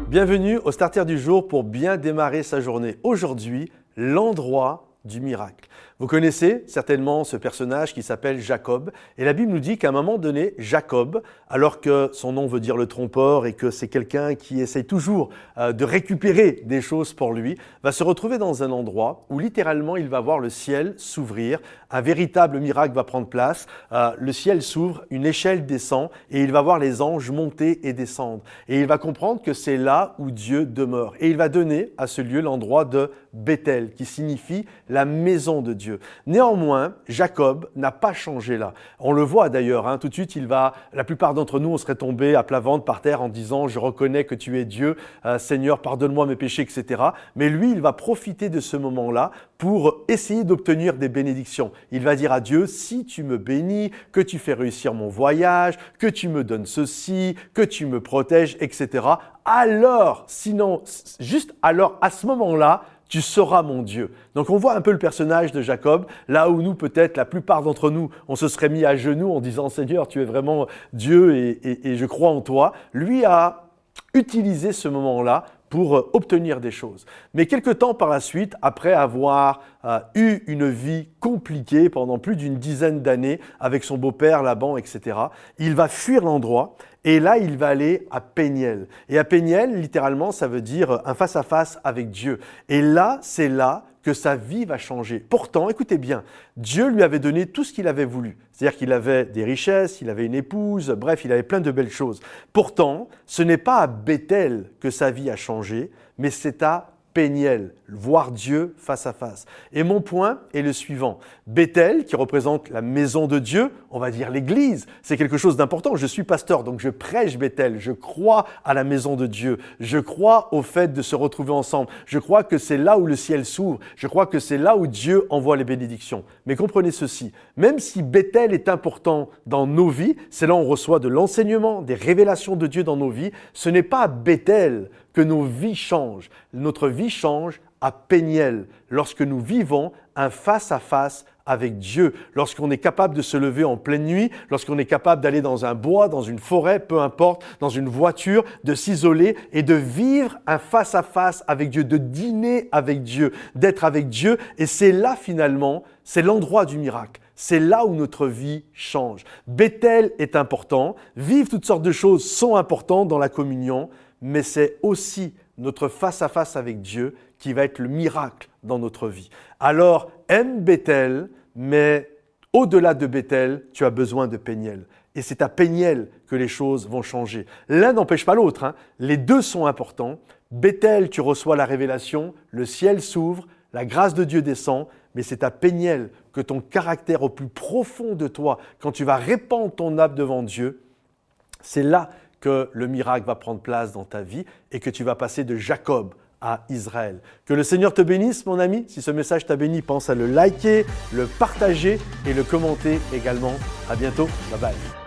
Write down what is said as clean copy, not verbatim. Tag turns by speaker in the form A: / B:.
A: Bienvenue au Starter du jour pour bien démarrer sa journée. Aujourd'hui, l'endroit du miracle. Vous connaissez certainement ce personnage qui s'appelle Jacob. Et la Bible nous dit qu'à un moment donné, Jacob, alors que son nom veut dire le trompeur et que c'est quelqu'un qui essaie toujours de récupérer des choses pour lui, va se retrouver dans un endroit où littéralement il va voir le ciel s'ouvrir, un véritable miracle va prendre place, le ciel s'ouvre, une échelle descend et il va voir les anges monter et descendre. Et il va comprendre que c'est là où Dieu demeure. Et il va donner à ce lieu l'endroit de Bethel, qui signifie la maison de Dieu. Néanmoins, Jacob n'a pas changé là. On le voit d'ailleurs, tout de suite, la plupart d'entre nous, on serait tombés à plat ventre par terre en disant « Je reconnais que tu es Dieu, Seigneur, pardonne-moi mes péchés, etc. » Mais lui, il va profiter de ce moment-là pour essayer d'obtenir des bénédictions. Il va dire à Dieu « Si tu me bénis, que tu fais réussir mon voyage, que tu me donnes ceci, que tu me protèges, etc. Alors, sinon, juste alors, à ce moment-là, tu seras mon Dieu. » Donc on voit un peu le personnage de Jacob, là où nous, peut-être, la plupart d'entre nous, on se serait mis à genoux en disant « Seigneur, tu es vraiment Dieu et je crois en toi ». Lui a utilisé ce moment-là pour obtenir des choses. Mais quelque temps par la suite, après avoir eu une vie compliquée pendant plus d'une dizaine d'années avec son beau-père, Laban, etc., il va fuir l'endroit et là, il va aller à Péniel. Et à Péniel, littéralement, ça veut dire un face-à-face avec Dieu. Et là, c'est là que sa vie va changer. Pourtant, écoutez bien, Dieu lui avait donné tout ce qu'il avait voulu. C'est-à-dire qu'il avait des richesses, il avait une épouse, bref, il avait plein de belles choses. Pourtant, ce n'est pas à Bethel que sa vie a changé, mais c'est à Péniel, voir Dieu face à face. Et mon point est le suivant. Bethel, qui représente la maison de Dieu, on va dire l'église, c'est quelque chose d'important. Je suis pasteur, donc je prêche Bethel. Je crois à la maison de Dieu. Je crois au fait de se retrouver ensemble. Je crois que c'est là où le ciel s'ouvre. Je crois que c'est là où Dieu envoie les bénédictions. Mais comprenez ceci, même si Bethel est important dans nos vies, c'est là où on reçoit de l'enseignement, des révélations de Dieu dans nos vies, ce n'est pas à Bethel que nos vies changent. Notre vie change à Péniel, lorsque nous vivons un face-à-face avec Dieu, lorsqu'on est capable de se lever en pleine nuit, lorsqu'on est capable d'aller dans un bois, dans une forêt, peu importe, dans une voiture, de s'isoler et de vivre un face-à-face avec Dieu, de dîner avec Dieu, d'être avec Dieu. Et c'est là finalement, c'est l'endroit du miracle. C'est là où notre vie change. Bethel est important, vivre toutes sortes de choses sont importantes dans la communion, mais c'est aussi notre face-à-face avec Dieu qui va être le miracle dans notre vie. Alors, aime Bethel, mais au-delà de Bethel, tu as besoin de Péniel. Et c'est à Péniel que les choses vont changer. L'un n'empêche pas l'autre, Les deux sont importants. Bethel, tu reçois la révélation, le ciel s'ouvre, la grâce de Dieu descend, mais c'est à Péniel que ton caractère au plus profond de toi, quand tu vas répandre ton âme devant Dieu, c'est là que le miracle va prendre place dans ta vie et que tu vas passer de Jacob à Israël. Que le Seigneur te bénisse, mon ami. Si ce message t'a béni, pense à le liker, le partager et le commenter également. À bientôt. Bye bye.